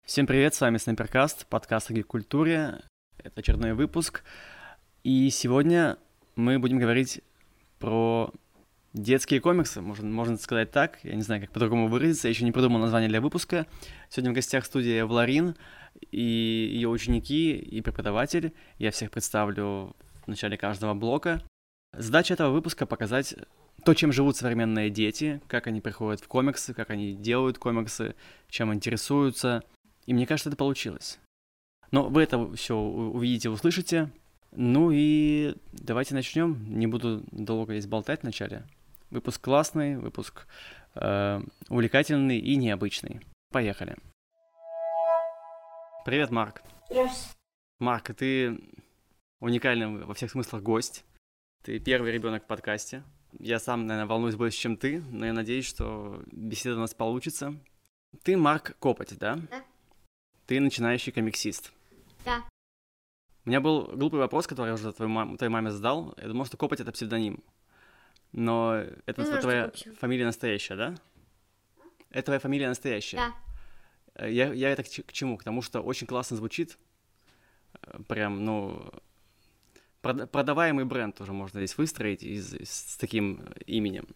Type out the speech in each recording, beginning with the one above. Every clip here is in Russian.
Всем привет, с вами Снайперкаст, подкаст о гик-культуре. Это очередной выпуск. И сегодня мы будем говорить про детские комиксы, можно сказать так. Я не знаю, как по-другому выразиться, я еще не придумал название для выпуска. Сегодня в гостях студия Эвларин и ее ученики и преподаватель. Я всех представлю в начале каждого блока. Задача этого выпуска — показать то, чем живут современные дети, как они приходят в комиксы, как они делают комиксы, чем интересуются. И мне кажется, это получилось. Но вы это все увидите, услышите. Ну и давайте начнем. Не буду долго здесь болтать вначале. Выпуск классный, выпуск увлекательный и необычный. Поехали. Привет, Марк. Здравствуйте. Марк, ты уникальный во всех смыслах гость. Ты первый ребенок в подкасте. Я сам, наверное, волнуюсь больше, чем ты, но я надеюсь, что беседа у нас получится. Ты Марк Копоть, да? Да. Ты начинающий комиксист. Да. У меня был глупый вопрос, который я уже твоей маме задал. Я думал, что Копоть — это псевдоним. Но это твоя фамилия настоящая, да? Это твоя фамилия настоящая? Да. Я это к чему? К тому, что очень классно звучит. Прям, продаваемый бренд тоже можно здесь выстроить с таким именем.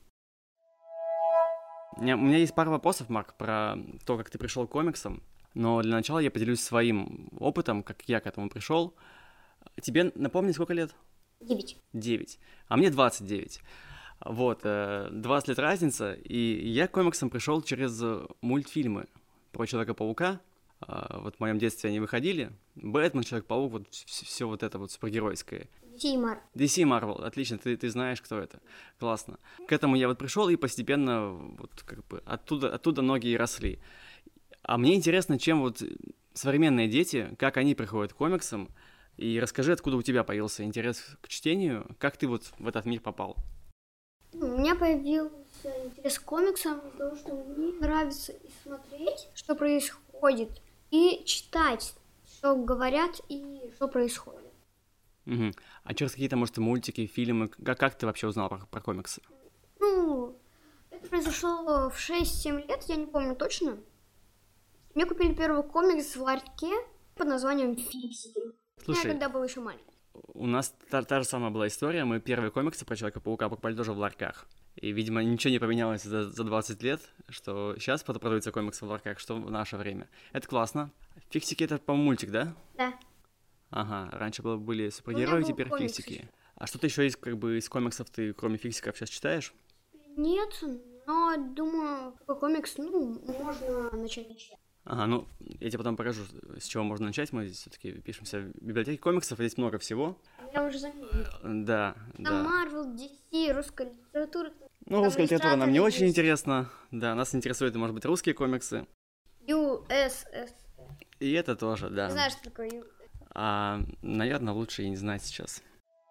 У меня есть пара вопросов, Марк, про то, как ты пришел к комиксам. Но для начала я поделюсь своим опытом, как я к этому пришел. Тебе, напомни, сколько лет? 9. 9. А мне 29. Вот, 20 лет разница. И я к комиксам пришел через мультфильмы про Человека-паука. Вот в моем детстве они выходили. Бэтмен, Человек-паук, вот все вот это вот супергеройское. DC и Marvel. DC и Marvel, отлично, ты знаешь, кто это. Классно. К этому я вот пришел и постепенно вот как бы оттуда ноги и росли. А мне интересно, чем вот современные дети, как они приходят к комиксам, и расскажи, откуда у тебя появился интерес к чтению, как ты вот в этот мир попал? У меня появился интерес к комиксам, потому что мне нравится и смотреть, что происходит, и читать, что говорят и что происходит. Угу. А через какие-то, может, мультики, фильмы, как ты вообще узнал про комиксы? Это произошло в 6-7 лет, я не помню точно. Мне купили первый комикс в ларьке под названием «Фиксики». Слушай, я когда был еще маленький. У нас та же самая была история. Мы первые комиксы про Человека-паука покупали тоже в ларьках. И, видимо, ничего не поменялось за 20 лет, что сейчас продаются комиксы в ларьках, что в наше время. Это классно. Фиксики — это, по-моему, мультик, да? Да. Ага, раньше были супергерои, теперь комикс фиксики. еще. А что-то еще из комиксов ты, кроме фиксиков, сейчас читаешь? Нет, но думаю, какой комикс, можно начать читать. Ага, я тебе потом покажу, с чего можно начать. Мы здесь все-таки пишемся в библиотеке комиксов, здесь много всего. Я уже заметил. Да. Там Marvel, DC, русская литература. Русская литература нам не очень есть. интересна. Да, нас интересуют, может быть, русские комиксы. USS. И это тоже, да. Не знаю, что такое USS. Наверное, лучше и не знать сейчас.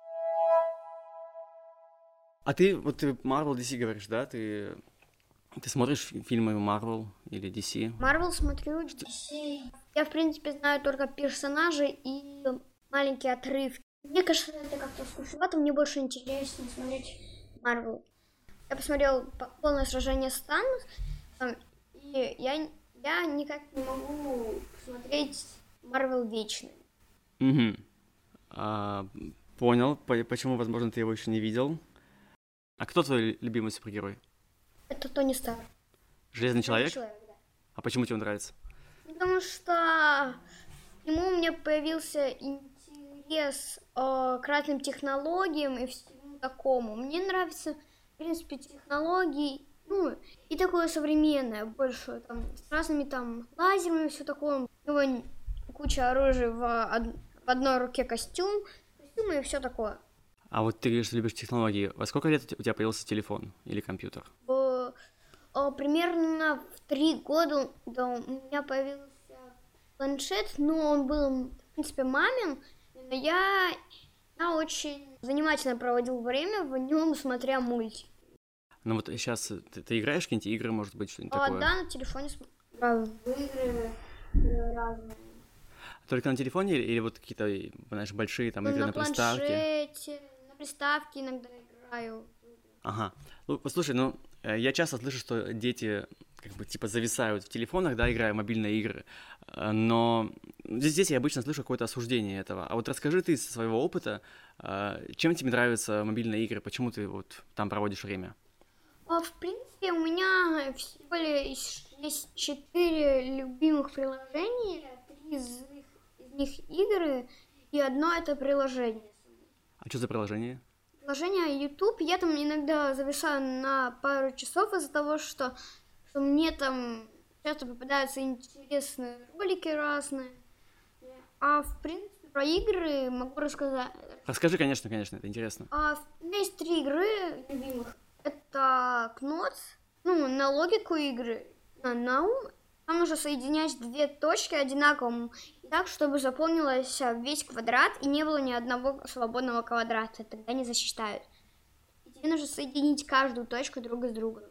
А ты Marvel, DC говоришь, да? Ты смотришь фильмы Marvel или DC? Marvel смотрю, DC. Я, в принципе, знаю только персонажей и маленькие отрывки. Мне кажется, это как-то скучновато, мне больше интересно смотреть Marvel. Я посмотрел полное сражение с Таносом, и я никак не могу посмотреть Marvel вечно. Угу. Понял, почему, возможно, ты его еще не видел. А кто твой любимый супергерой? Это Тони Старк. Железный человек? Да. А почему тебе он нравится? Потому что ему у меня появился интерес к разным технологиям и всему такому. Мне нравятся, в принципе, технологии, и такое современное, больше, с разными лазерами и все такое. У него куча оружия в одной руке костюмы и все такое. А вот ты говоришь, что любишь технологии. Во сколько лет у тебя появился телефон или компьютер? Примерно в 3 года у меня появился планшет, но он был, в принципе, мамин, но я очень занимательно проводил время в нем, смотря мультики. Ну вот сейчас ты играешь в какие-нибудь игры, может быть, что-нибудь такое? Да, на телефоне смотрю игры разные. Только на телефоне или вот какие-то, знаешь, большие игры на приставке? На приставке иногда играю. Ага. Ну, послушай, я часто слышу, что дети как бы типа зависают в телефонах, да, играя в мобильные игры, но здесь я обычно слышу какое-то осуждение этого. А вот расскажи ты со своего опыта, чем тебе нравятся мобильные игры, почему ты вот там проводишь время? В принципе, у меня всего лишь есть 4 любимых приложения, 3 из них игры, и одно это приложение. А что за приложение? Приложение YouTube, я там иногда зависаю на пару часов из-за того, что мне там часто попадаются интересные ролики разные. А в принципе про игры могу рассказать. Расскажи, конечно, это интересно. У меня есть 3 игры любимых. Это Knots, на логику игры, на ум. Там нужно соединять 2 точки одинаковым, так, чтобы заполнился весь квадрат и не было ни одного свободного квадрата. Тогда не засчитают. И тебе нужно соединить каждую точку друг с другом.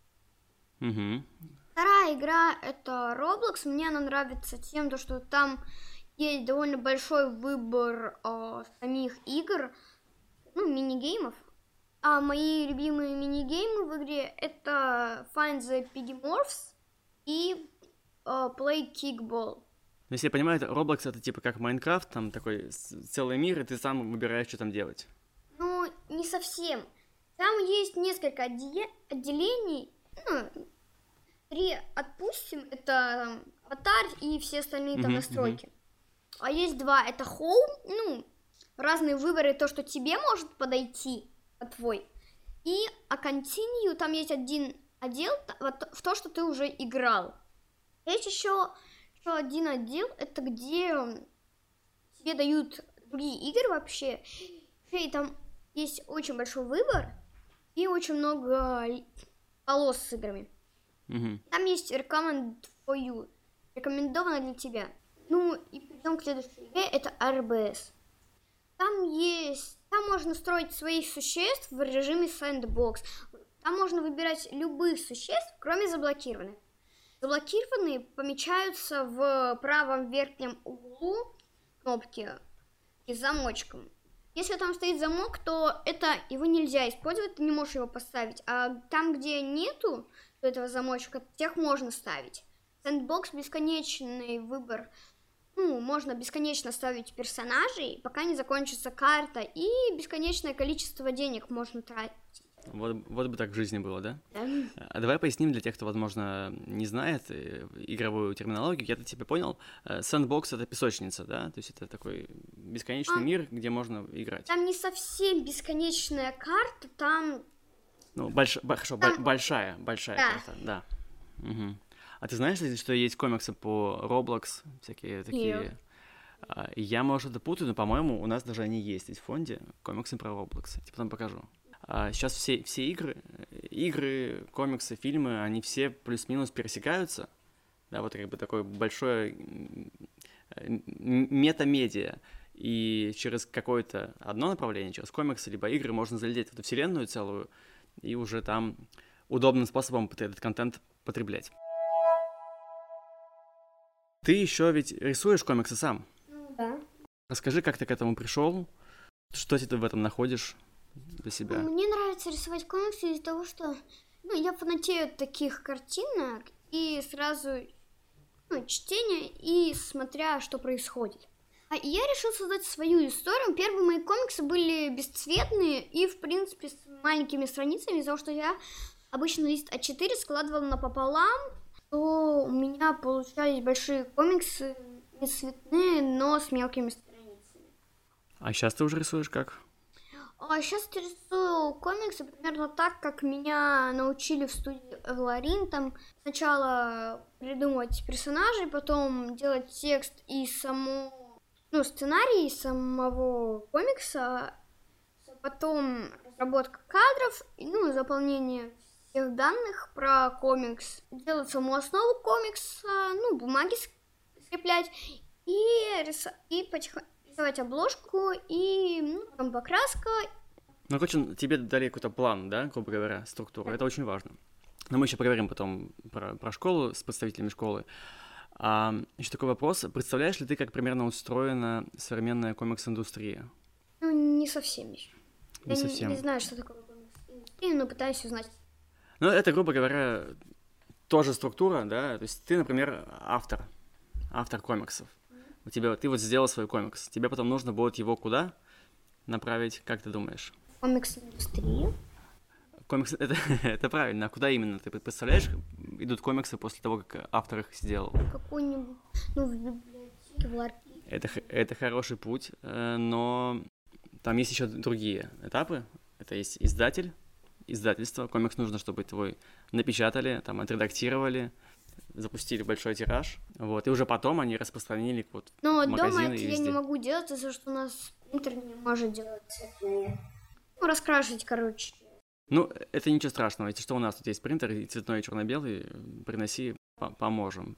Угу. Вторая игра это Roblox. Мне она нравится тем, что там есть довольно большой выбор самих игр, мини-геймов. А мои любимые мини-геймы в игре это Find the Piggy и Play Kickball. Ну, если я понимаю, Roblox это типа как Майнкрафт, там такой целый мир, и ты сам выбираешь, что там делать. Не совсем. Там есть несколько отделений. 3, отпустим, это аватар и все остальные там настройки. А есть 2, это Home, разные выборы, то, что тебе может подойти, твой. И Continue, там есть один отдел в то, что ты уже играл. Есть еще один отдел, это где тебе дают другие игры вообще. И там есть очень большой выбор и очень много полос с играми. Там есть Recommend for you, рекомендовано для тебя. И перейдем к следующей игре, это RBS. Там можно строить своих существ в режиме Sandbox. Там можно выбирать любых существ, кроме заблокированных. Заблокированные помечаются в правом верхнем углу кнопки с замочком. Если там стоит замок, то его нельзя использовать, ты не можешь его поставить. А там, где нету этого замочка, тех можно ставить. Sandbox бесконечный выбор. Можно бесконечно ставить персонажей, пока не закончится карта, и бесконечное количество денег можно тратить. Вот бы так в жизни было, да? Да. А давай поясним для тех, кто, возможно, не знает игровую терминологию. Я-то тебя понял. Sandbox — это песочница, да? То есть это такой бесконечный мир, где можно играть. Там не совсем бесконечная карта, там... Большая Да. карта, да. Угу. А ты знаешь, что есть комиксы по Roblox, всякие такие? Нет. Я, может, это путаю, но, по-моему, у нас даже они есть в фонде, комиксы про Roblox. Я тебе потом покажу. Сейчас все игры, комиксы, фильмы, они все плюс-минус пересекаются. Да, вот как бы такое большое метамедиа. И через какое-то одно направление, через комиксы либо игры, можно залететь в эту вселенную целую и уже там удобным способом этот контент потреблять. Ты еще ведь рисуешь комиксы сам. Да. Расскажи, как ты к этому пришел, что ты в этом находишь для себя? Мне нравится рисовать комиксы из-за того, что я фанатею от таких картинок и сразу чтение и смотря, что происходит. И я решил создать свою историю. Первые мои комиксы были бесцветные и, в принципе, с маленькими страницами, из-за того, что я обычно лист А4 складывала напополам, то у меня получались большие комиксы, не цветные, но с мелкими страницами. А сейчас ты уже рисуешь как? Сейчас я рисую комиксы примерно так, как меня научили в студии Эвларин. Там сначала придумывать персонажей, потом делать текст и сценарий самого комикса, потом разработка кадров, заполнение всех данных про комикс, делать саму основу комикса, бумаги скреплять и потихоньку рисовать обложку и потом покраска. Короче, тебе дали какой-то план, да, грубо говоря, структуру. Да. Это очень важно. Но мы еще поговорим потом про школу с представителями школы. Еще такой вопрос. Представляешь ли ты, как примерно устроена современная комикс-индустрия? Не совсем еще. Не совсем. Не знаю, что такое комикс-индустрия. индустрию, но пытаюсь узнать. Ну, это, грубо говоря, тоже структура, да? То есть ты, например, автор комиксов. Ты вот сделал свой комикс. Тебе потом нужно будет его куда направить, как ты думаешь? Комикс-индустрию. Комикс, это правильно. А куда именно? Ты представляешь, идут комиксы после того, как автор их сделал? Какую-нибудь, в библиотеке, в архиве. Это хороший путь, но там есть еще другие этапы. Это есть издательство. Комикс нужно, чтобы твой напечатали, там, отредактировали, запустили большой тираж, вот, и уже потом они распространили вот Но в магазины дома и это я везде. не могу делать, из-за что у нас принтер не может делать цветные. Раскрашивать, короче. Ну, это ничего страшного, если что, у нас тут есть принтер, и цветной, и черно-белый, приноси, поможем.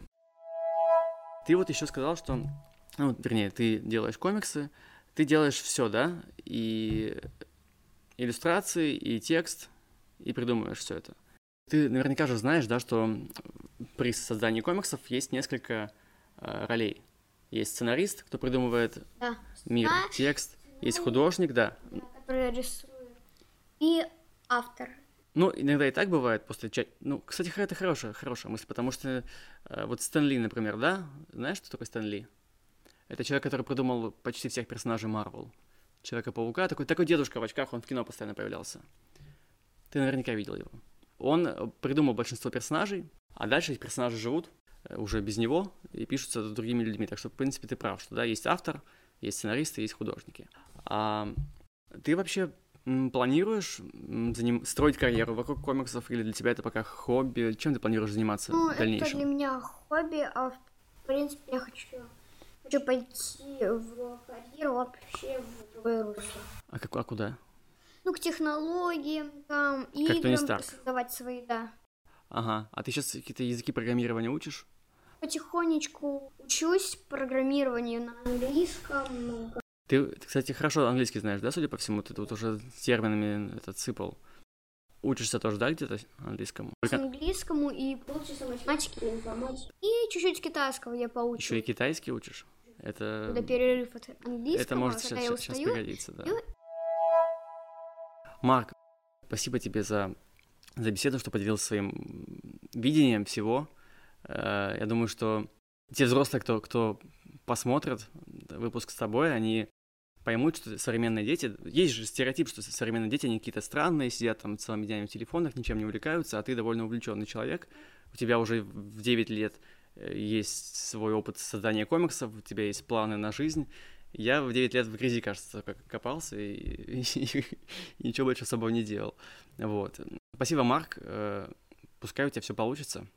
Ты вот еще сказал, что, вернее, ты делаешь комиксы, ты делаешь все, да, и иллюстрации, и текст, и придумываешь все это. Ты наверняка же знаешь, да, что при создании комиксов есть несколько ролей. Есть сценарист, кто придумывает мир, текст, есть художник, да. Который рисует. И автор. Ну, иногда и так бывает после... Ну, кстати, это хорошая мысль, потому что вот Стэн Ли, например, да? Знаешь, что такое Стэн Ли? Это человек, который придумал почти всех персонажей Марвел. Человека-паука, такой дедушка в очках, он в кино постоянно появлялся. Ты наверняка видел его. Он придумал большинство персонажей, а дальше эти персонажи живут уже без него и пишутся другими людьми. Так что, в принципе, ты прав, что да, есть автор, есть сценаристы, есть художники. А ты вообще планируешь строить карьеру вокруг комиксов, или для тебя это пока хобби? Чем ты планируешь заниматься в дальнейшем? Это для меня хобби, а в принципе я хочу пойти в карьеру вообще в другое русло. А куда? К технологиям, там, играм создавать свои, да. Ага, а ты сейчас какие-то языки программирования учишь? Потихонечку учусь программированию на английском. Ты, кстати, хорошо английский знаешь, да, судя по всему? Ты тут уже с терминами сыпал. Учишься тоже, да, где-то английскому? Английскому и полчаса математики и информатики. И чуть-чуть китайского я поучу. Еще и китайский учишь? Это... Когда перерыв от английского, это может сейчас пригодиться, да. Марк, спасибо тебе за беседу, что поделился своим видением всего. Я думаю, что те взрослые, кто посмотрит выпуск с тобой, они поймут, что современные дети... Есть же стереотип, что современные дети, они какие-то странные, сидят там целыми днями в телефонах, ничем не увлекаются, а ты довольно увлеченный человек. У тебя уже в 9 лет есть свой опыт создания комиксов, у тебя есть планы на жизнь. Я в 9 лет в грязи, кажется, копался и ничего больше с собой не делал. Вот. Спасибо, Марк. Пускай у тебя все получится.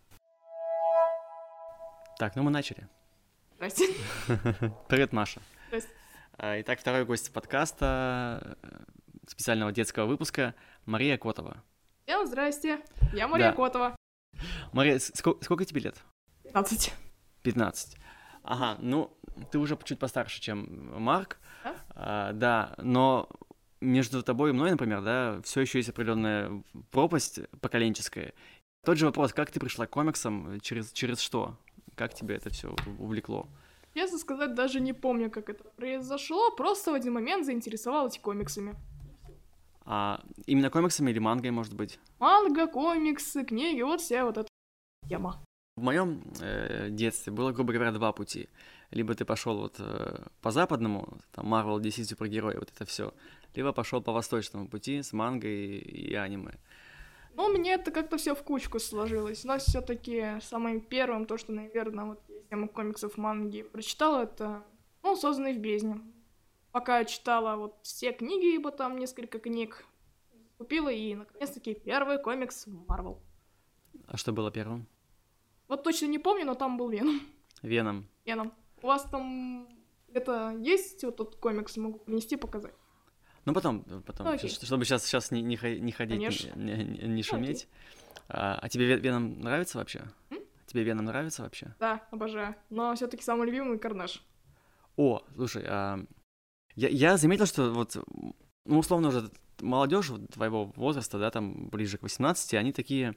Так, мы начали. Здрасте. Привет, Маша. Здрасте. Итак, второй гость подкаста, специального детского выпуска, Мария Котова. Всем здрасте. Я Мария Котова. Мария, сколько тебе лет? 15. 15. Ага, ну, ты уже чуть постарше, чем Марк. Да, но между тобой и мной, например, да, все еще есть определенная пропасть поколенческая. Тот же вопрос, как ты пришла к комиксам, через что? Как тебя это все увлекло? Честно сказать, даже не помню, как это произошло, просто в один момент заинтересовалась комиксами. А именно комиксами или мангой, может быть? Манга, комиксы, книги, вот вся вот эта тема. В моем детстве было, грубо говоря, два пути. Либо ты пошел вот по западному, там Marvel, DC, супергерои, вот это все, либо пошел по восточному пути с мангой и аниме. Ну, мне это как-то все в кучку сложилось. Но все-таки самым первым, то, что, наверное, вот тему комиксов, манги прочитала, это, «Созданный в бездне». Пока я читала вот все книги, ибо там несколько книг, купила и, наконец-таки, первый комикс Marvel. А что было первым? Вот точно не помню, но там был Веном. Веном. У вас там где-то есть вот тот комикс, могу принести, показать? Ну, потом, чтобы сейчас не ходить, не шуметь. А тебе Веном нравится вообще? Тебе Веном нравится вообще? Да, обожаю. Но все-таки самый любимый Карнаж. О, слушай, я заметил, что вот, условно уже молодежь твоего возраста, да, там ближе к 18, они такие,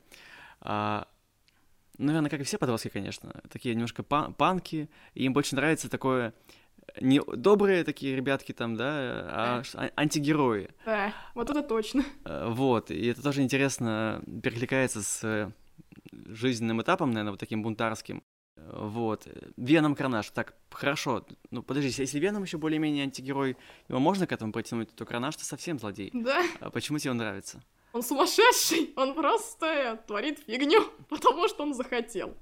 наверное, как и все подростки, конечно, такие немножко панки, и им больше нравится такое не добрые такие ребятки там, да, антигерои. Да, вот это точно. Вот, и это тоже интересно перекликается с жизненным этапом, наверное, вот таким бунтарским. Вот. Веном Кранаш. Так, хорошо. Ну, подожди, если Веном еще более-менее антигерой, его можно к этому протянуть, то Кранаш-то совсем злодей. Да. А почему тебе он нравится? Он сумасшедший, он просто творит фигню, потому что он захотел.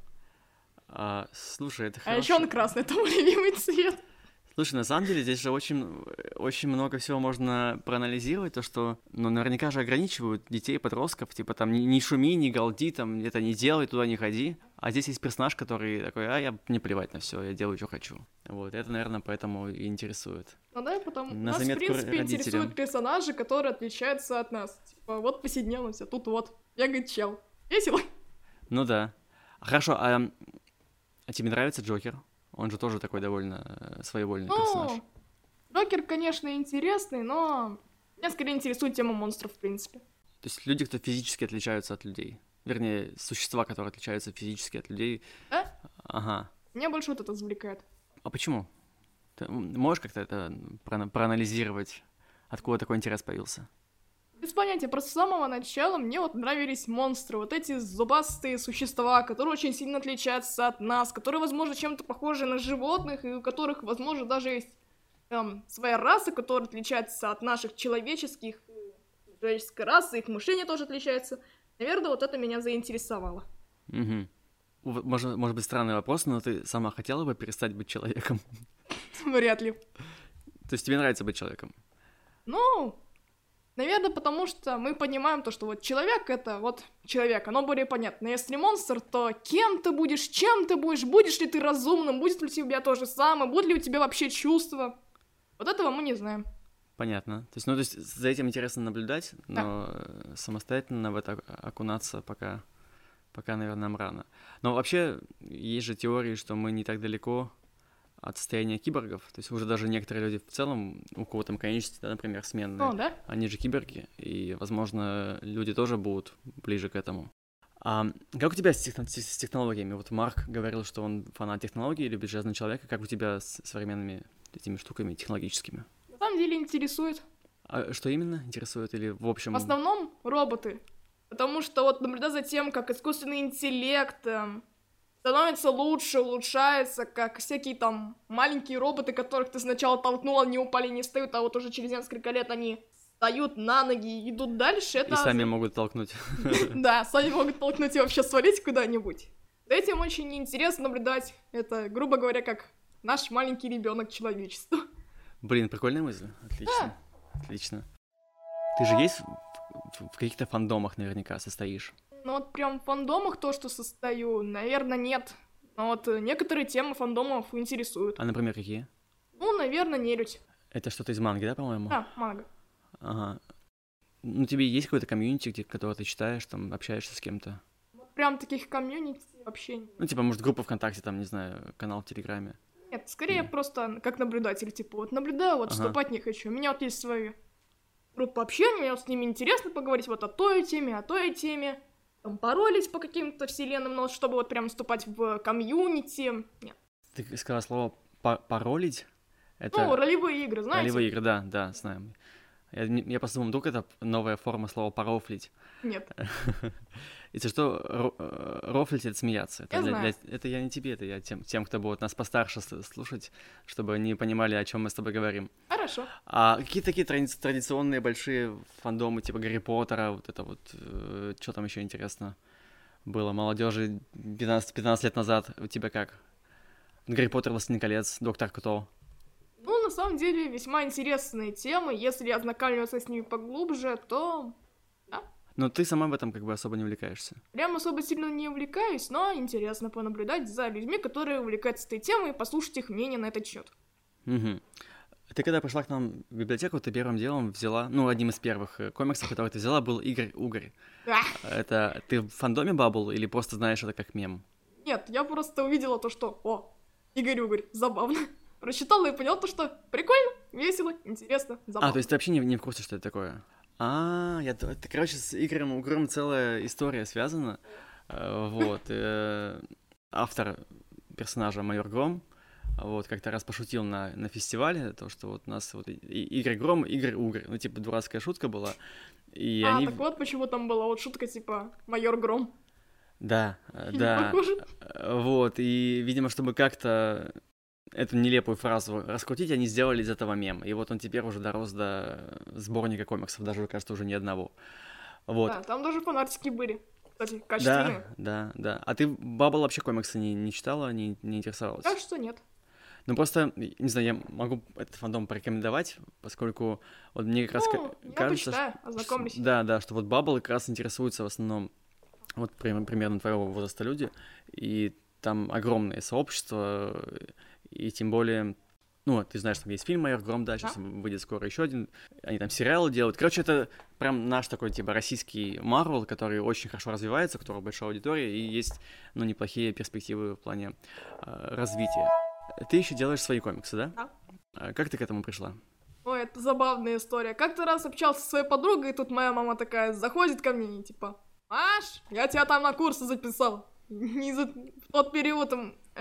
Слушай, это А хорошо. еще он красный, это мой любимый цвет. Слушай, на самом деле здесь же очень много всего можно проанализировать, то что, ну, наверняка же ограничивают детей, подростков, типа там не шуми, не галди, там это не делай, туда не ходи. А здесь есть персонаж, который такой, мне плевать на все, я делаю, что хочу. Вот, это, наверное, поэтому и интересует. Ну да, потом На нас, в заметку принципе, родителям. интересуют персонажи, которые отличаются от нас. Типа, вот повседневность, а тут вот бегает чел. Весело. Ну да. Хорошо, а тебе нравится Джокер? Он же тоже такой довольно своевольный персонаж. Ну, Джокер, конечно, интересный, но меня скорее интересует тема монстров, в принципе. То есть люди, кто физически отличаются от людей. Вернее, существа, которые отличаются физически от людей. Да? Ага. Меня больше вот это завлекает. А почему? Ты можешь как-то это проанализировать, откуда такой интерес появился? Без понятия, просто с самого начала мне вот нравились монстры, вот эти зубастые существа, которые очень сильно отличаются от нас, которые, возможно, чем-то похожи на животных, и у которых, возможно, даже есть своя раса, которая отличается от наших человеческих, человеческой расы, их мышление тоже отличается. Наверное, вот это меня заинтересовало. Угу. Может быть, странный вопрос, но ты сама хотела бы перестать быть человеком? Вряд ли. То есть тебе нравится быть человеком? Ну, наверное, потому что мы понимаем то, что вот человек — это вот человек, оно более понятно. Если монстр, то кем ты будешь, чем ты будешь ли ты разумным, будет ли у тебя то же самое, будут ли у тебя вообще чувства. Вот этого мы не знаем. Понятно. То есть за этим интересно наблюдать, но самостоятельно в это окунаться пока, наверное, нам рано. Но вообще есть же теории, что мы не так далеко от состояния киборгов. То есть уже даже некоторые люди в целом, у кого там конечности, да, например, сменные, Да? они же киборги, и, возможно, люди тоже будут ближе к этому. А как у тебя с технологиями? Вот Марк говорил, что он фанат технологий, любит «Железного человека». Как у тебя с современными этими штуками технологическими? На самом деле интересует. А что именно интересует? Или в общем... В основном роботы. Потому что вот наблюдать за тем, как искусственный интеллект становится лучше, улучшается, как всякие там маленькие роботы, которых ты сначала толкнул, они упали, не встают, а вот уже через несколько лет они встают на ноги и идут дальше. Это... И сами могут толкнуть. Да, сами могут толкнуть и вообще свалить куда-нибудь. За этим очень интересно наблюдать. Это, грубо говоря, как наш маленький ребенок человечества. Блин, прикольная мысль. Отлично. Отлично. Ты же есть в каких-то фандомах наверняка состоишь? Ну вот прям в фандомах то, что состою, наверное, нет. Но вот некоторые темы фандомов интересуют. А, например, какие? Ну, наверное, нелюдь. Это что-то из манги, да, по-моему? Да, манга. Ага. Ну, тебе есть какой-то комьюнити, которое ты читаешь, там, общаешься с кем-то? Прям таких комьюнити вообще нет. Ну, типа, может, группа ВКонтакте, там, не знаю, канал в Телеграме. Нет, скорее просто как наблюдатель, типа, вот наблюдаю, вот вступать не хочу. У меня вот есть свои группы общения, мне вот с ними интересно поговорить вот о той теме, там, паролить по каким-то вселенным, но чтобы вот прям вступать в комьюнити, нет. Ты сказала слово паролить? Это... Ну, ролевые игры, знаете? Ролевые игры, да, знаем. Я просто думал, вдруг это новая форма слова «порофлить». Нет. Это что, рофлить — это смеяться. Я знаю. Это я не тебе, это я тем, кто будет нас постарше слушать, чтобы они понимали, о чем мы с тобой говорим. Хорошо. А какие такие традиционные большие фандомы, типа Гарри Поттера, вот это вот, что там еще интересно было молодежи 15 лет назад, у тебя как? Гарри Поттер, Властелин колец, Доктор Кто? Ну, на самом деле, весьма интересные темы. Если ознакомливаться с ними поглубже, то... Да. Но ты сама в этом как бы особо не увлекаешься. Прям особо сильно не увлекаюсь, но интересно понаблюдать за людьми, которые увлекаются этой темой, и послушать их мнение на этот счет. Угу. Ты когда пришла к нам в библиотеку, ты первым делом взяла, ну, одним из первых комиксов, который ты взяла, был Игорь Угорь. Это ты в фандоме Баббл или просто знаешь это как мем? Нет, я просто увидела то, что, Игорь Угорь, забавно. Прочитала и поняла то, что прикольно, весело, интересно, забавно. То есть ты вообще не в курсе, что это такое? Короче, с Игорем Угром целая история связана. Вот. Автор персонажа Майор Гром, вот, как-то раз пошутил на фестивале, то, что вот у нас вот игры Гром, игры Угры, ну, типа, дурацкая шутка была, и они... так вот почему там была вот шутка, типа, майор Гром. Да, Не да, похоже? вот, и, видимо, чтобы как-то эту нелепую фразу раскрутить, они сделали из этого мем, и вот он теперь уже дорос до сборника комиксов, даже, кажется, уже ни одного, вот. Да, там даже фанатики были, кстати, качественные. Да. А ты Баббл вообще комиксы не читала, не интересовалась? Так что нет. Ну, просто, не знаю, я могу этот фандом порекомендовать, поскольку вот мне как раз Я кажется, почитаю, ознакомлюсь. Да, что вот Баббл как раз интересуется в основном вот примерно твоего возраста люди, и там огромное сообщество, и тем более, ну, ты знаешь, там есть фильм «Майор Гром», да, сейчас выйдет скоро еще один, они там сериалы делают. Короче, это прям наш такой, типа, российский Марвел, который очень хорошо развивается, у которого большая аудитория, и есть, ну, неплохие перспективы в плане развития. Ты еще делаешь свои комиксы, да? Да. Как ты к этому пришла? Ой, это забавная история. Как-то раз общался со своей подругой, и тут моя мама такая заходит ко мне и типа: «Маш, я тебя там на курсы записал». В тот период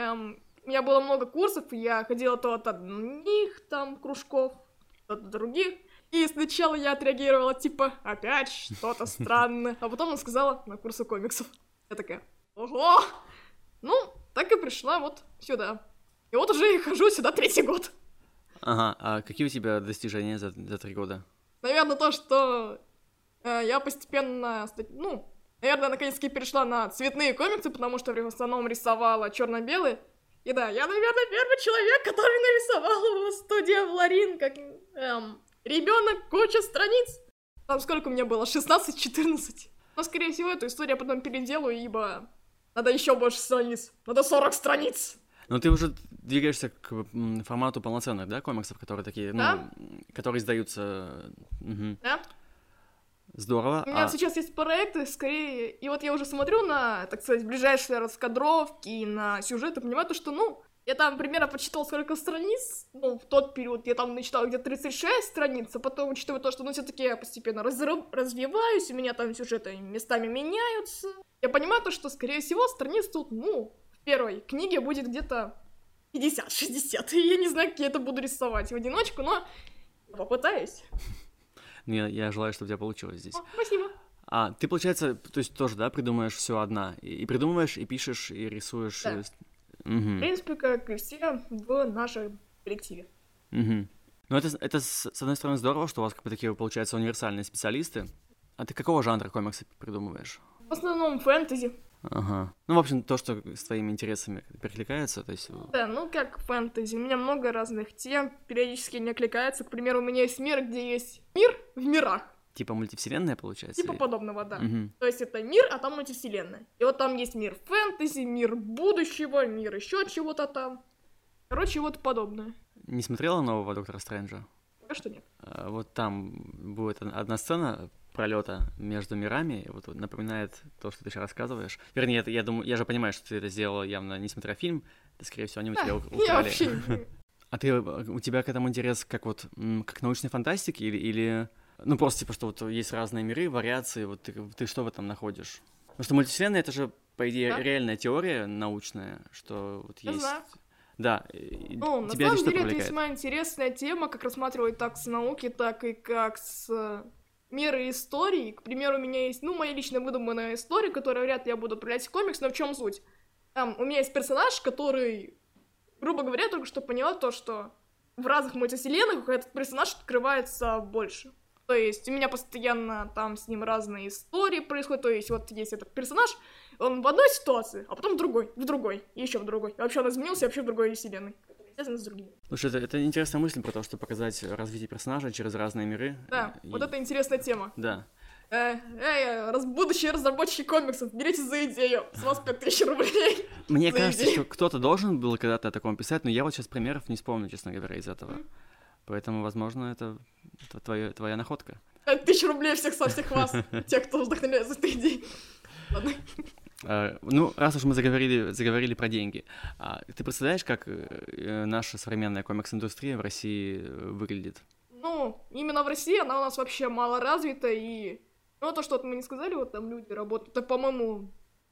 у меня было много курсов, и я ходила то от одних там кружков, то от других. И сначала я отреагировала типа: опять что-то странное. А потом она сказала: на курсы комиксов. Я такая: ого! Ну, так и пришла вот сюда. И вот уже я хожу сюда 3-й год. Ага, а какие у тебя достижения за 3 года? Наверное, то, что я постепенно, наверное, наконец-таки перешла на цветные комиксы, потому что в основном рисовала черно-белые. И да, я, наверное, первый человек, который нарисовал в студии Ларин, как ребенок, куча страниц. Там сколько у меня было? 16-14. Но, скорее всего, эту историю я потом переделаю, ибо надо еще больше страниц. Надо 40 страниц. Но ты уже двигаешься к формату полноценных, да, комиксов, которые такие, Да. которые издаются... Угу. Да. Здорово. У меня сейчас есть проекты, скорее, и вот я уже смотрю на, так сказать, ближайшие раскадровки и на сюжеты, понимаю то, что, я там примерно почитал сколько страниц, в тот период я там начитал где-то 36 страниц, а потом, учитывая то, что, все-таки я постепенно развиваюсь, у меня там сюжеты местами меняются, я понимаю то, что, скорее всего, страниц тут, в первой книге будет где-то 50-60, и я не знаю, как я это буду рисовать в одиночку, но я попытаюсь. Я желаю, чтобы у тебя получилось здесь. Спасибо. А ты, получается, то есть тоже, да, придумываешь все одна? И придумываешь, и пишешь, и рисуешь? Да. Угу. В принципе, как и все в нашем коллективе. Угу. Ну, это, с одной стороны, здорово, что у вас, как бы, такие, получаются, универсальные специалисты. А ты какого жанра комиксы придумываешь? В основном фэнтези. Ага. Ну, в общем, то, что с твоими интересами перекликается, то есть... Да, как фэнтези. У меня много разных тем, периодически не кликается. К примеру, у меня есть мир, где есть мир в мирах. Типа мультивселенная, получается? Типа подобного, да. Угу. То есть это мир, а там мультивселенная. И вот там есть мир фэнтези, мир будущего, мир еще чего-то там. Короче, вот подобное. Не смотрела нового Доктора Стрэнджа? Пока что нет. Вот там будет одна сцена пролета между мирами, вот напоминает то, что ты сейчас рассказываешь. Вернее, я думаю, я же понимаю, что ты это сделала явно не смотря фильм, это, скорее всего, они у тебя украли. Я вообще... У тебя к этому интерес как как научной фантастики или ну просто типа, что вот есть разные миры, вариации, вот ты что в этом находишь? Потому что мультивселенная — это же, по идее, реальная теория научная, что вот есть... знаю. Да. На Тебя самом деле привлекает? это весьма интересная тема, как рассматривать так с науки, так и как с мира истории. К примеру, у меня есть, моя личная выдуманная история, которую вряд ли я буду отправлять в комикс, но в чем суть? У меня есть персонаж, который, грубо говоря, только что поняла то, что в разных мультивселенных этот персонаж открывается больше. То есть у меня постоянно там с ним разные истории происходят, то есть вот есть этот персонаж, он в одной ситуации, а потом в другой, и еще в другой. И вообще он изменился вообще в другой вселенной, естественно, с другими. Слушай, это интересная мысль про то, что показать развитие персонажа через разные миры. Да, вот это интересная тема. Да. Будущие разработчики комиксов, берите за идею, с вас 5000 рублей. Мне кажется, что кто-то должен был когда-то о таком писать, но я вот сейчас примеров не вспомню, честно говоря, из этого. Поэтому, возможно, это твоя находка. 1000 рублей со всех вас, тех, кто вдохновляется этой идеей. Ладно. Ну, раз уж мы заговорили про деньги, ты представляешь, как наша современная комикс-индустрия в России выглядит? Именно в России она у нас вообще мало развита, и... то, что вот мы не сказали, вот там люди работают, это, по-моему,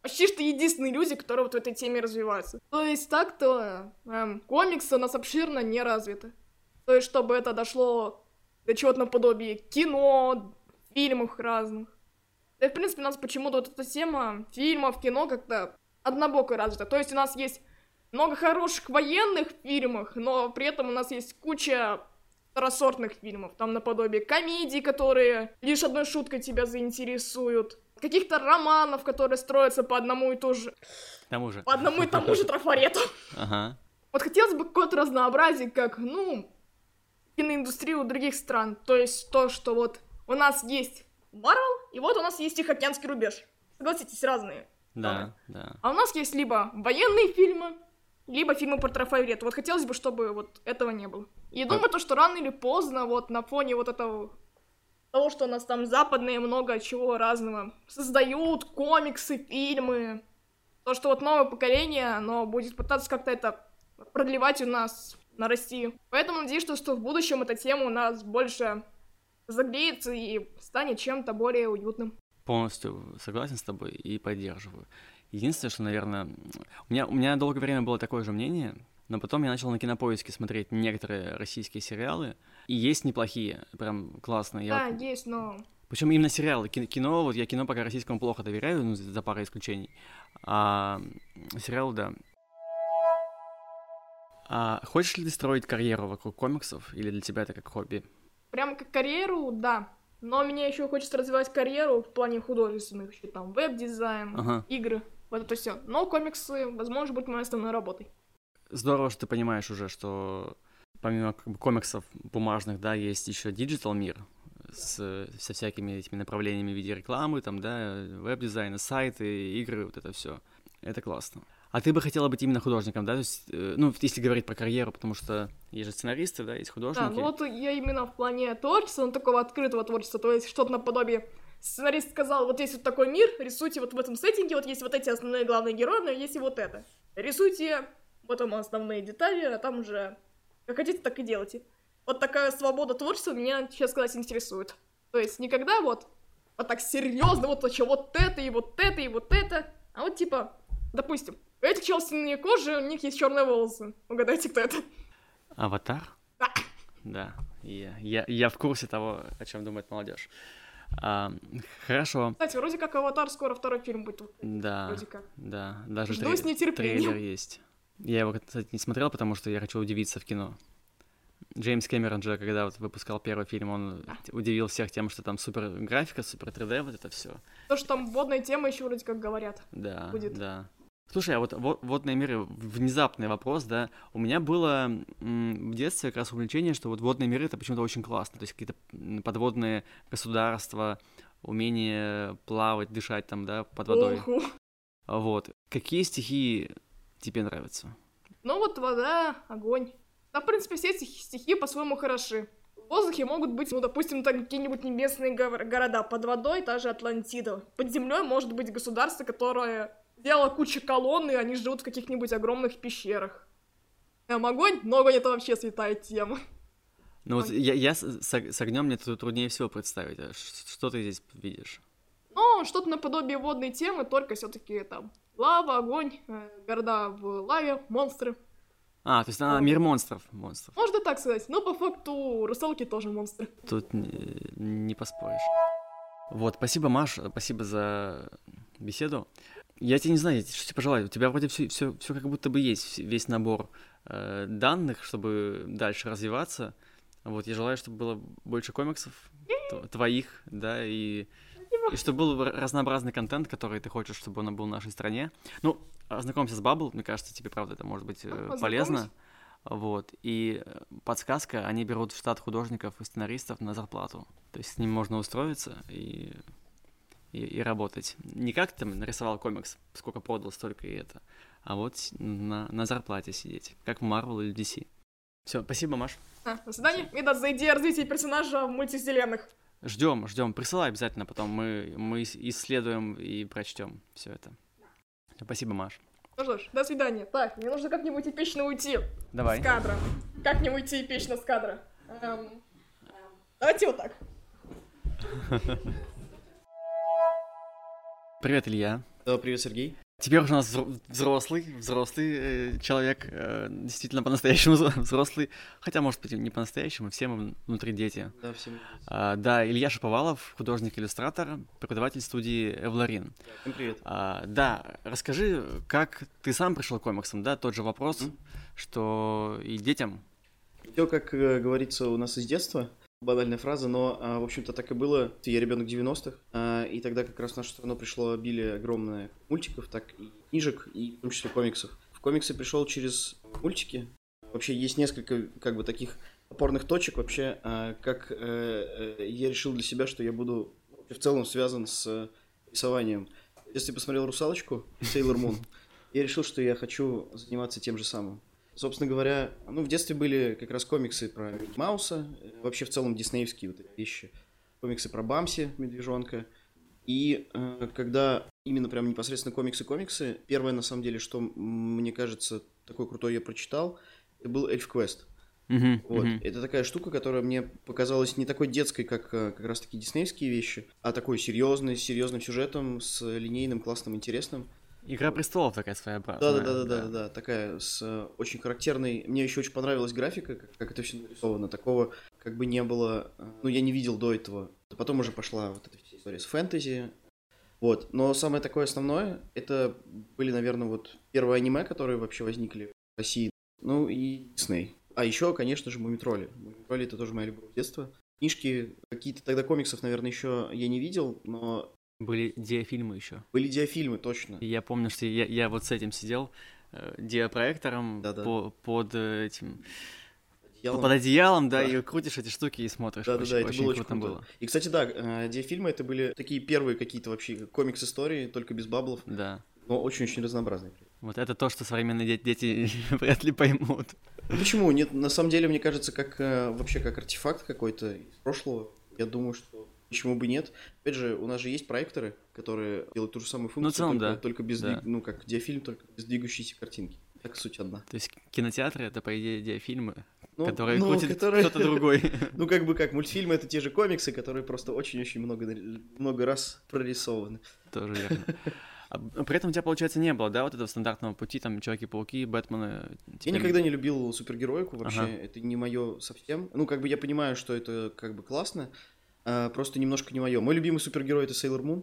почти что единственные люди, которые вот в этой теме развиваются. То есть так-то комиксы у нас обширно не развиты. То есть чтобы это дошло до чего-то наподобие кино, фильмов разных. Да и в принципе у нас почему-то вот эта тема фильмов, кино как-то однобоко развита. То есть у нас есть много хороших военных фильмов, но при этом у нас есть куча второсортных фильмов. Там наподобие комедий, которые лишь одной шуткой тебя заинтересуют. Каких-то романов, которые строятся по одному и тому же трафарету. Ага. Вот хотелось бы какое-то разнообразие, как, киноиндустрию других стран. То есть то, что вот у нас есть Марвел, и вот у нас есть Тихоокеанский рубеж. Согласитесь, разные. Да, да. А у нас есть либо военные фильмы, либо фильмы про трафарет. Вот хотелось бы, чтобы вот этого не было. И думаю, то, что рано или поздно, вот на фоне вот этого того, что у нас там западные много чего разного создают, комиксы, фильмы, то, что вот новое поколение, оно будет пытаться как-то это продлевать у нас на Россию. Поэтому надеюсь, что в будущем эта тема у нас больше загреется и станет чем-то более уютным. Полностью согласен с тобой и поддерживаю. Единственное, что, наверное, у меня долгое время было такое же мнение, но потом я начал на Кинопоиске смотреть некоторые российские сериалы, и есть неплохие, прям классные. Да, есть, но... Причем именно сериалы. Кино, вот я кино пока российскому плохо доверяю, за парой исключений. А сериалы, да. А хочешь ли ты строить карьеру вокруг комиксов, или для тебя это как хобби? Прям как карьеру, да. Но мне еще хочется развивать карьеру в плане художественных, еще там веб-дизайн, игры, вот это все. Но комиксы, возможно, будут моей основной работой. Здорово, что ты понимаешь уже, что помимо комиксов бумажных, да, есть еще диджитал мир со всякими этими направлениями в виде рекламы, там, да, веб-дизайна, сайты, игры, вот это все. Это классно. А ты бы хотела быть именно художником, да? То есть, если говорить про карьеру, потому что есть же сценаристы, да, есть художники. Да, вот я именно в плане творчества, такого открытого творчества, то есть что-то наподобие. Сценарист сказал, вот есть вот такой мир, рисуйте вот в этом сеттинге, вот есть вот эти основные главные герои, но есть и вот это. Рисуйте, вот там основные детали, а там уже как хотите, так и делайте. Вот такая свобода творчества меня, честно сказать, интересует. То есть никогда вот так серьезно, вот это, и вот это, и вот это, а вот типа, допустим, у этих челсиные кожи, у них есть черные волосы. Угадайте, кто это? Аватар? Да. Да, я в курсе того, о чем думает молодежь. Хорошо. Кстати, вроде как Аватар скоро второй фильм будет. Да, вроде как. Да, даже жду с нетерпением. трейлер есть. Я его, кстати, не смотрел, потому что я хочу удивиться в кино. Джеймс Кэмерон же, когда вот выпускал первый фильм, он удивил всех тем, что там супер графика, супер 3D, вот это все. То, что там водная тема еще вроде как говорят. Да, будет. Да. Слушай, а вот водные миры, внезапный вопрос, да, у меня было в детстве как раз увлечение, что вот водные миры — это почему-то очень классно, то есть какие-то подводные государства, умение плавать, дышать там, да, под водой. Вот. Какие стихии тебе нравятся? Ну вот вода, огонь. Да, в принципе, все эти стихии по-своему хороши. В воздухе могут быть, допустим, там какие-нибудь небесные города, под водой та же Атлантида. Под землей может быть государство, которое делало кучу колонн, и они живут в каких-нибудь огромных пещерах. Огонь? Но огонь — это вообще святая тема. Ну вот я с огнем мне труднее всего представить. А что ты здесь видишь? Ну, что-то наподобие водной темы, только все-таки там лава, огонь, города в лаве, монстры. То есть мир монстров. Можно так сказать. Но по факту русалки тоже монстры. Тут не поспоришь. Вот, спасибо, Маш, спасибо за беседу. Я тебе не знаю, что тебе пожелаю. У тебя вроде все как будто бы есть, весь набор данных, чтобы дальше развиваться. Вот, я желаю, чтобы было больше комиксов твоих, да, и чтобы был разнообразный контент, который ты хочешь, чтобы он был в нашей стране. Ну, ознакомься с Bubble, мне кажется, тебе, правда, это может быть полезно. Вот, и подсказка, они берут в штат художников и сценаристов на зарплату. То есть с ним можно устроиться и работать. Не как ты там нарисовал комикс, сколько продал, столько и это, а вот на зарплате сидеть, как в Marvel или DC. Все, спасибо, Маш. До свидания. И за идею развития персонажа в мультивселенных. Ждем, присылай обязательно, потом мы исследуем и прочтем все это. Спасибо, Маш. Ну что ж, до свидания. Так, мне нужно как-нибудь эпично уйти. Давай. С кадра. Как мне уйти эпично с кадра? Давайте вот так. Привет, Илья. Да, привет, Сергей. Теперь уже у нас взрослый человек, действительно по-настоящему взрослый, хотя, может быть, и не по-настоящему, все мы внутри дети. Да, всем привет. Да, Илья Шаповалов, художник-иллюстратор, преподаватель студии Эвларин. Всем привет. Да, расскажи, как ты сам пришел к комиксам, да, тот же вопрос, что и детям. Все, как говорится, у нас из детства. Банальная фраза, но, в общем-то, так и было. Я ребенок 90-х, и тогда как раз в нашу страну пришло обилие огромное мультиков, так и книжек, и в том числе комиксов. В комиксы пришел через мультики. Вообще есть несколько, как бы, таких опорных точек, вообще, как я решил для себя, что я буду в целом связан с рисованием. Если посмотрел «Русалочку» и «Сейлор Мун», я решил, что я хочу заниматься тем же самым. Собственно говоря, в детстве были как раз комиксы про Микки Мауса, вообще в целом диснеевские вот эти вещи, комиксы про Бамси, медвежонка. И когда именно прям непосредственно комиксы, первое, на самом деле, что, мне кажется, такой крутой я прочитал, это был Эльф Квест. Это такая штука, которая мне показалась не такой детской, как раз-таки диснеевские вещи, а такой серьезной, с серьезным сюжетом, с линейным, классным, интересным. «Игра престолов» такая своеобразная. Да, такая с очень характерной. Мне еще очень понравилась графика, как это все нарисовано. Такого как бы не было, я не видел до этого. Потом уже пошла вот эта вся история с фэнтези. Вот. Но самое такое основное, это были, наверное, вот первые аниме, которые вообще возникли в России. И Дисней. А еще, конечно же, Мумий-тролли. Мумий-тролли — это тоже моя любовь с детства. Книжки, какие-то тогда комиксов, наверное, еще я не видел, но... Были диафильмы еще. Были диафильмы, точно. И я помню, что я вот с этим сидел, диапроектором под этим... Под одеялом, да, и крутишь эти штуки и смотришь. Да, это было очень круто. Было. И, кстати, да, диафильмы — это были такие первые какие-то вообще комикс-истории, только без баблов. Да. Но очень-очень разнообразные. Вот это то, что современные дети вряд ли поймут. Почему? Нет, на самом деле, мне кажется, вообще как артефакт какой-то из прошлого. Я думаю, что почему бы нет. Опять же, у нас же есть проекторы, которые делают ту же самую функцию, только без как диафильм, только без двигающейся картинки. Так суть одна. То есть кинотеатры — это, по идее, диафильмы, которые крутит кто-то другой. Как мультфильмы — это те же комиксы, которые просто очень-очень много раз прорисованы. Тоже верно. При этом у тебя, получается, не было, да, вот этого стандартного пути, там, Человеки-пауки, Бэтмены? Я никогда не любил супергероику вообще, это не мое совсем. Я понимаю, что это как бы классно, просто немножко не мое. Мой любимый супергерой — это Сейлор Мун.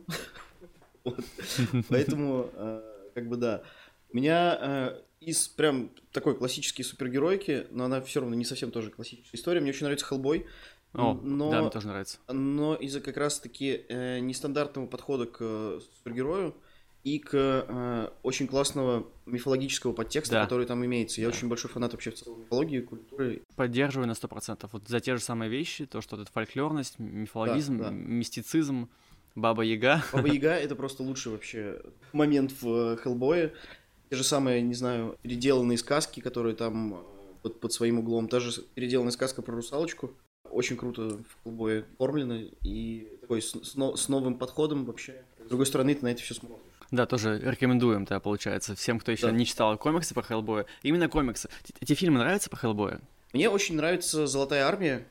Поэтому, да. У меня из прям такой классической супергеройки, но она все равно не совсем тоже классическая история. Мне очень нравится Хеллбой. Да, мне тоже нравится. Но из-за как раз-таки нестандартного подхода к супергерою и к очень классного мифологического подтекста, который там имеется. Я очень большой фанат вообще в целом мифологии, культуры. Поддерживаю на 100%. Вот за те же самые вещи, то, что это фольклорность, мифологизм, мистицизм, Баба-Яга. Баба-Яга — это просто лучший вообще момент в Хеллбое. Те же самые, не знаю, переделанные сказки, которые там под своим углом. Та же переделанная сказка про русалочку. Очень круто в Хеллбое оформлено и такой с новым подходом вообще. С другой стороны, ты на это все смотришь. Да, тоже рекомендуем, да, получается, всем, кто еще не читал комиксы про Хеллбоя. Именно комиксы. Эти фильмы нравятся по Хеллбою? Мне очень нравится «Золотая армия».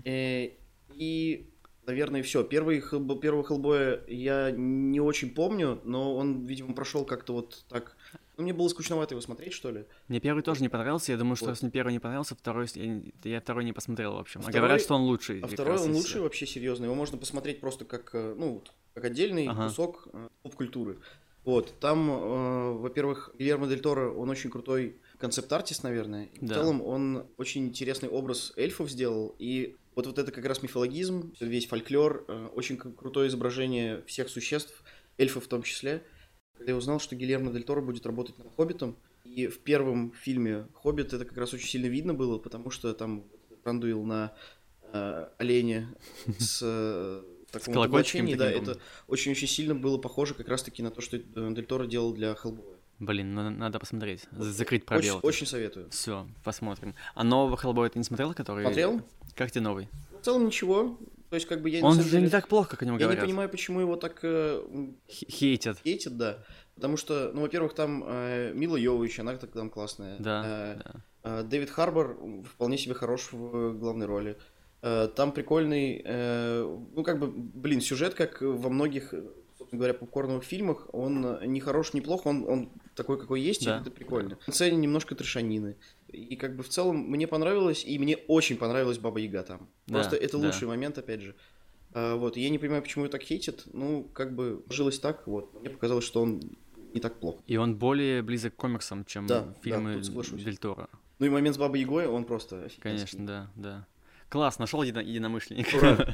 И, наверное, все. Первого Хеллбоя я не очень помню, но он, видимо, прошел как-то вот так. Мне было скучновато его смотреть, что ли. Мне первый тоже не понравился. Я думаю, что раз мне первый не понравился, второй я второй не посмотрел, в общем. Говорят, что он лучший. А второй он лучший вообще, серьезно. Его можно посмотреть просто как отдельный кусок поп-культуры. Вот, там, во-первых, Гильермо Дель Торо, он очень крутой концепт-артист, наверное. В целом он очень интересный образ эльфов сделал, и вот это как раз мифологизм, весь фольклор, очень крутое изображение всех существ, эльфов в том числе. Когда я узнал, что Гильермо Дель Торо будет работать над «Хоббитом», и в первом фильме «Хоббит» это как раз очень сильно видно было, потому что там Рандуил на олене с... таком облачении, да, это очень-очень сильно было похоже как раз-таки на то, что Дель Торо делал для Хеллбоя. Блин, надо посмотреть, закрыть пробел. Очень советую. Все, посмотрим. А нового Хеллбоя ты не смотрел, который... Смотрел. Как тебе новый? В целом ничего. То есть, как бы я... Он же не так плохо, как о нем говорят. Я не понимаю, почему его так... Хейтят. Хейтят, да. Потому что, во-первых, там Мила Йовович, она там классная. Да. Дэвид Харбор вполне себе хорош в главной роли. Там прикольный, сюжет, как во многих, собственно говоря, попкорновых фильмах, он не хорош, не плох, он такой, какой есть, и Да. это прикольно. В конце немножко трешанины. И как бы в целом мне понравилось, и мне очень понравилась Баба Яга там. Да, Просто это да. лучший момент, опять же. Вот, и я не понимаю, почему его так хейтят, ну, как бы жилось так, вот. Мне показалось, что он не так плох. И он более близок к комиксам, чем Да, фильмы тут соглашусь. Дель Торо. Ну и момент с Бабой Ягой, он просто офигенский. Конечно, да, да. Класс, нашел единомышленника. Ура.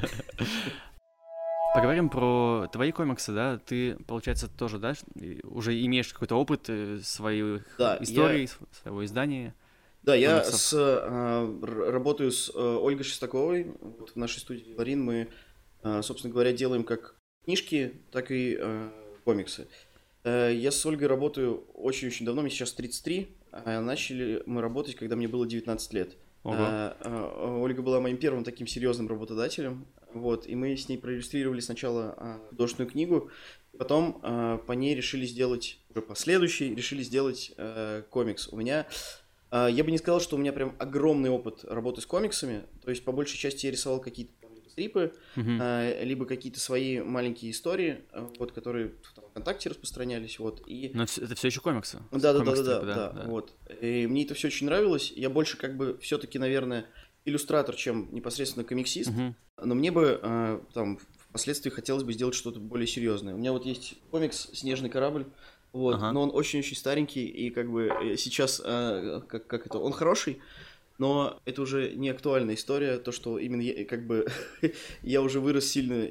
Поговорим про твои комиксы, да? Ты, получается, тоже, да, уже имеешь какой-то опыт своих Да, историй, своего издания? Да, я комиксов. работаю с Ольгой Шестаковой. Вот в нашей студии Ларин мы, собственно говоря, делаем как книжки, так и комиксы. Я с Ольгой работаю очень-очень давно, мне сейчас 33, а начали мы работать, когда мне было 19 лет. Ого. Ольга была моим первым таким серьезным работодателем, вот, и мы с ней проиллюстрировали сначала художественную книгу, потом по ней решили сделать, уже последующий, решили сделать комикс. У меня, я бы не сказал, что у меня прям огромный опыт работы с комиксами, то есть по большей части я рисовал какие-то стрипы, либо какие-то свои маленькие истории, вот, которые там ВКонтакте распространялись, вот, и... Но это все еще комиксы. Да, Комикс-стрипы, вот. И мне это все очень нравилось. Я больше как бы все-таки, наверное, иллюстратор, чем непосредственно комиксист. Но мне бы там впоследствии хотелось бы сделать что-то более серьезное. У меня вот есть комикс «Снежный корабль», вот, но он очень-очень старенький, и как бы сейчас, как это, он хороший, но это уже не актуальная история, то, что именно я, как бы я уже вырос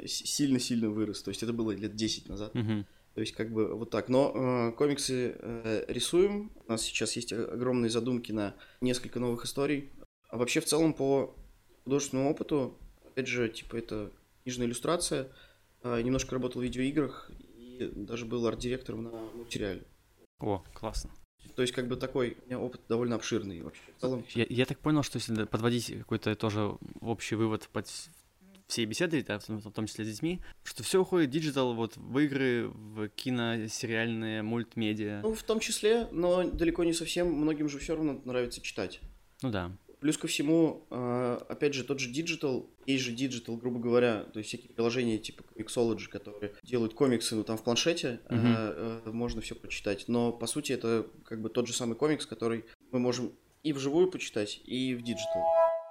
сильно вырос, то есть это было лет 10 назад. То есть, как бы вот так. Но комиксы рисуем. У нас сейчас есть огромные задумки на несколько новых историй. А вообще, в целом, по художественному опыту, опять же, типа, это книжная иллюстрация. Немножко работал в видеоиграх и даже был арт-директором на мультсериале. О, классно. То есть, как бы такой у меня опыт довольно обширный вообще. В целом... Я так понял, что если подводить какой-то тоже общий вывод под всей беседы, да, в том числе с детьми, что все уходит в диджитал, вот в игры, в кино, сериальные, мультмедиа. Ну, в том числе, но далеко не совсем. Многим же все равно нравится читать. Ну да. Плюс ко всему, опять же, тот же Digital, есть же Digital, грубо говоря, то есть всякие приложения типа Comixology, которые делают комиксы, ну, там в планшете, можно все прочитать, но, по сути, это как бы тот же самый комикс, который мы можем и вживую почитать, и в Digital.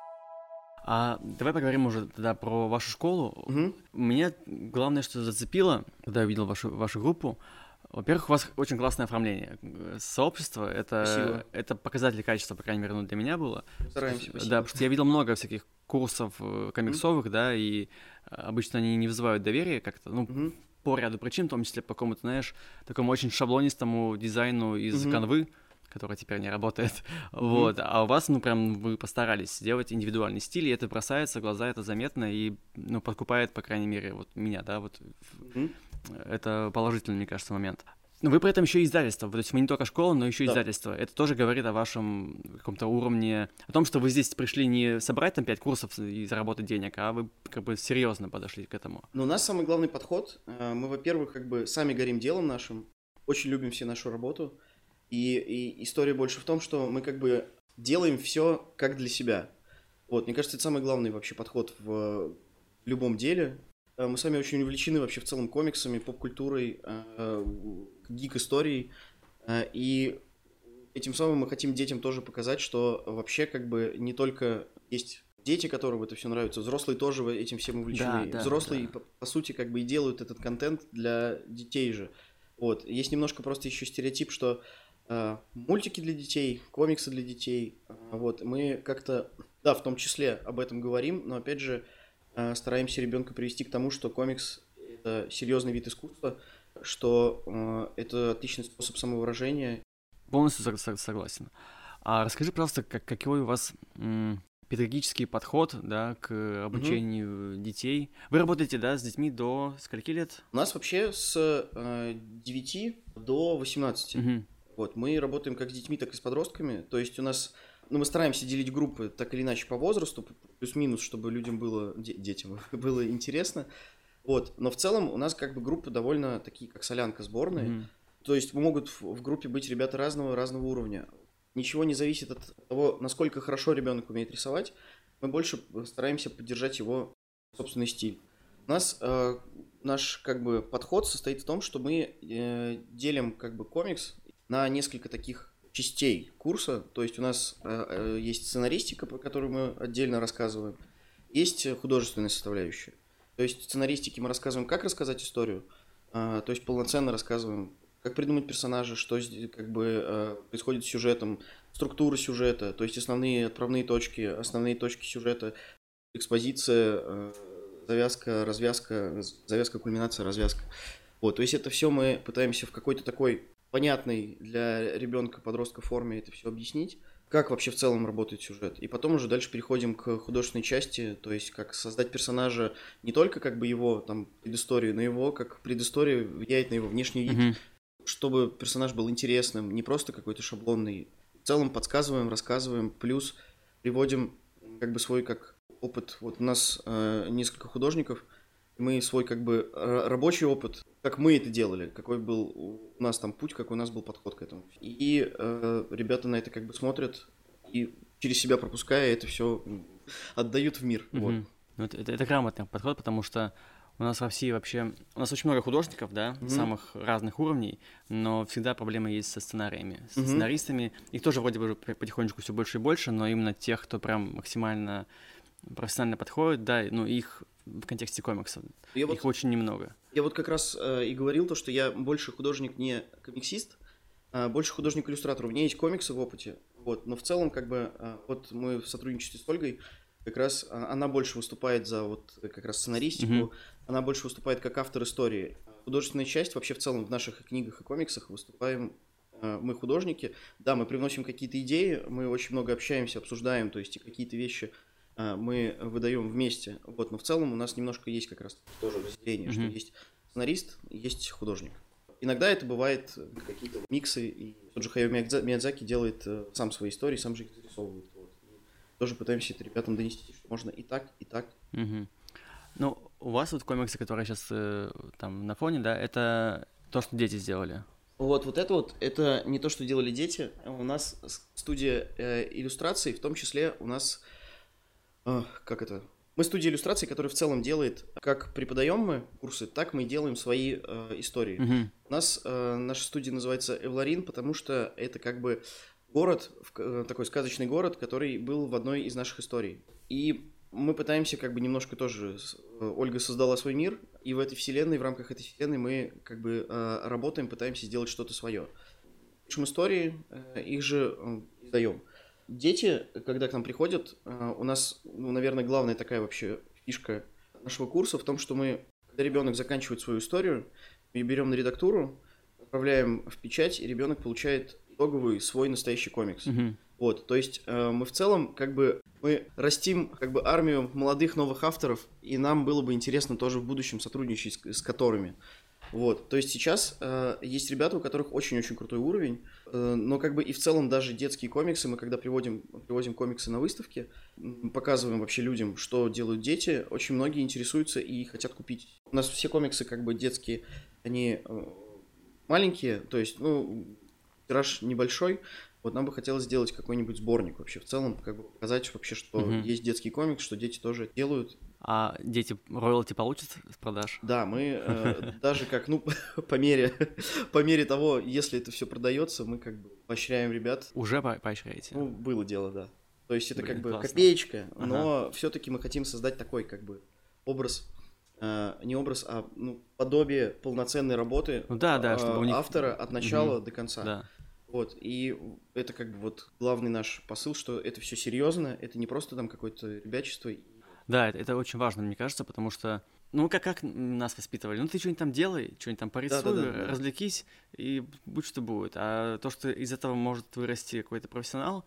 А давай поговорим уже тогда про вашу школу. Меня главное, что зацепило, когда я увидел вашу группу, во-первых, у вас очень классное оформление. Сообщество это показатель качества, по крайней мере, ну, для меня было. Стараемся, спасибо. Да, потому что я видел много всяких курсов комиксовых, да, и обычно они не вызывают доверия как-то, ну, по ряду причин, в том числе по какому-то, знаешь, такому очень шаблонистому дизайну из канвы, которая теперь не работает, вот, а у вас, ну, прям вы постарались сделать индивидуальный стиль, и это бросается в глаза, это заметно, и, ну, подкупает, по крайней мере, вот меня, да, вот, это положительный, мне кажется, момент. Но вы при этом еще и издательство, то есть вы не только школа, но еще и издательство, это тоже говорит о вашем каком-то уровне, о том, что вы здесь пришли не собрать там 5 курсов и заработать денег, а вы как бы серьезно подошли к этому. Но у нас самый главный подход, мы, во-первых, как бы сами горим делом нашим, очень любим все нашу работу, и история больше в том, что мы как бы делаем все как для себя. Вот, мне кажется, это самый главный вообще подход в любом деле. Мы сами очень увлечены вообще в целом комиксами, поп-культурой, гик-историей. И этим самым мы хотим детям тоже показать, что вообще как бы не только есть дети, которым это все нравится, взрослые тоже этим всем увлечены. Да, взрослые, по сути, как бы и делают этот контент для детей же. Вот. Есть немножко просто еще стереотип, что мультики для детей, комиксы для детей. Вот. Мы как-то, да, в том числе об этом говорим, но опять же стараемся ребенка привести к тому, что комикс — это серьезный вид искусства, что это отличный способ самовыражения. Полностью согласен. А расскажи, пожалуйста, какой у вас педагогический подход, да, к обучению детей. Вы работаете, да, с детьми до скольки лет? У нас вообще с 9 до 18. Вот, мы работаем как с детьми, так и с подростками. То есть у нас, ну, мы стараемся делить группы так или иначе по возрасту, плюс-минус, чтобы людям было, детям было интересно. Вот, но в целом у нас как бы группы довольно такие, как солянка, сборные. То есть могут в группе быть ребята разного уровня. Ничего не зависит от того, насколько хорошо ребенок умеет рисовать. Мы больше стараемся поддержать его собственный стиль. У нас наш как бы подход состоит в том, что мы делим как бы комикс на несколько таких частей курса. То есть у нас есть сценаристика, про которую мы отдельно рассказываем, есть художественная составляющая. То есть в сценаристике мы рассказываем, как рассказать историю, то есть полноценно рассказываем, как придумать персонажа, что как бы происходит с сюжетом, структура сюжета, то есть основные отправные точки сюжета, экспозиция, завязка, развязка, завязка, кульминация, развязка. Вот, то есть это все мы пытаемся в какой-то такой понятной для ребенка, подростка форме это все объяснить, как вообще в целом работает сюжет. И потом уже дальше переходим к художественной части, то есть как создать персонажа не только как бы его там предысторию, но его как предыстория влияет на его внешний вид, чтобы персонаж был интересным, не просто какой-то шаблонный. В целом подсказываем, рассказываем, плюс приводим как бы свой как опыт. Вот у нас несколько художников, мы свой как бы рабочий опыт, как мы это делали, какой был у нас там путь, какой у нас был подход к этому. И ребята на это как бы смотрят и через себя пропуская это все отдают в мир. Вот. Это грамотный подход, потому что у нас в России вообще... У нас очень много художников, да, самых разных уровней, но всегда проблемы есть со сценариями, со сценаристами. Их тоже вроде бы потихонечку все больше и больше, но именно тех, кто прям максимально профессионально подходит, да, ну, их в контексте комиксов, их очень немного. Я вот как раз и говорил то, что я больше художник не комиксист, а больше художник-иллюстратор. У меня есть комиксы в опыте, вот, но в целом как бы вот мы в сотрудничестве с Ольгой как раз она больше выступает за вот как раз сценаристику, она больше выступает как автор истории. Художественная часть вообще в целом в наших книгах и комиксах выступаем мы художники. Да, мы привносим какие-то идеи, мы очень много общаемся, обсуждаем, то есть и какие-то вещи мы выдаем вместе. Вот, но в целом у нас немножко есть как раз тоже разделение, что есть сценарист, есть художник. Иногда это бывает какие-то миксы, и тот же Хаяо Миядзаки делает сам свои истории, сам же их зарисовывает. Вот. Тоже пытаемся это ребятам донести, что можно и так, и так. Ну, у вас вот комиксы, которые сейчас там на фоне, да, это то, что дети сделали. Вот это не то, что делали дети. У нас студия иллюстраций, в том числе у нас... Мы студия иллюстраций, которая в целом делает, как преподаем мы курсы, так мы и делаем свои истории. У нас наша студия называется Эвларин, потому что это как бы город, такой сказочный город, который был в одной из наших историй. И мы пытаемся как бы немножко тоже... Ольга создала свой мир, и в этой вселенной, в рамках этой вселенной мы как бы работаем, пытаемся сделать что-то свое. Пишем истории, их же издаем. Дети, когда к нам приходят, у нас, наверное, главная такая вообще фишка нашего курса в том, что мы, когда ребенок заканчивает свою историю, мы ее берем на редактуру, отправляем в печать, и ребенок получает итоговый свой настоящий комикс. Вот, то есть мы в целом как бы мы растим как бы армию молодых новых авторов, и нам было бы интересно тоже в будущем сотрудничать с которыми. Вот, то есть сейчас есть ребята, у которых очень-очень крутой уровень, но как бы и в целом даже детские комиксы, мы когда привозим комиксы на выставке, показываем вообще людям, что делают дети, очень многие интересуются и хотят купить. У нас все комиксы как бы детские, они маленькие, то есть, тираж небольшой, вот нам бы хотелось сделать какой-нибудь сборник вообще в целом, как бы показать вообще, что есть детский комикс, что дети тоже делают. А дети роялти получат с продаж? Да, мы даже как, по мере того, если это все продается, мы как бы поощряем ребят. Уже поощряете? Было дело, да. То есть это как бы классно. Копеечка, но все-таки мы хотим создать такой как бы образ, не образ, а подобие полноценной работы чтобы у них... автора от начала до конца. Да. Вот, и это как бы вот главный наш посыл, что это все серьезно, это не просто там какое-то ребячество. Да, это очень важно, мне кажется, потому что, как нас воспитывали, ты что-нибудь там делай, что-нибудь там порисуй, развлекись, и будь что будет. А то, что из этого может вырасти какой-то профессионал,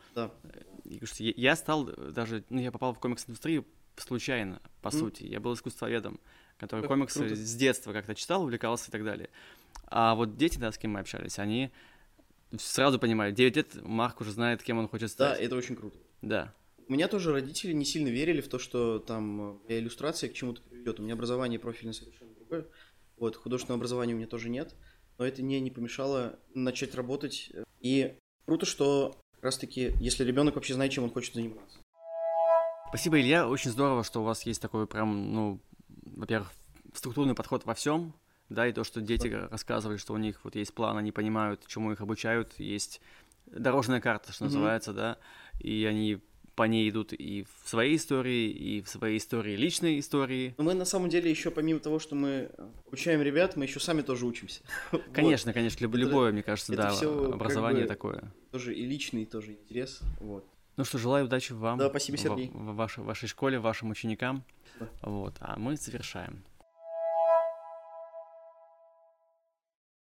я стал даже, я попал в комикс-индустрию случайно, по сути. Я был искусствоведом, который комиксы с детства как-то читал, увлекался и так далее. А вот дети, с кем мы общались, они сразу понимали, 9 лет Марк уже знает, кем он хочет стать. Да, это очень круто. Да. У меня тоже родители не сильно верили в то, что там иллюстрация к чему-то приведет. У меня образование профильное совершенно другое. Вот, художественного образования у меня тоже нет. Но это мне не помешало начать работать. И круто, что как раз-таки, если ребенок вообще знает, чем он хочет заниматься. Спасибо, Илья. Очень здорово, что у вас есть такой прям, во-первых, структурный подход во всем, да, и то, что дети рассказывали, что у них вот есть план, они понимают, чему их обучают, есть дорожная карта, что называется, да, и они по ней идут и в своей истории, личной истории. Но мы на самом деле еще помимо того, что мы обучаем ребят, мы еще сами тоже учимся. Конечно, конечно, любое, мне кажется, да, всё образование такое. Тоже и личный тоже интерес, вот. Ну что, желаю удачи вам. Да, спасибо, Сергей. В вашей школе, вашим ученикам. Вот, а мы завершаем.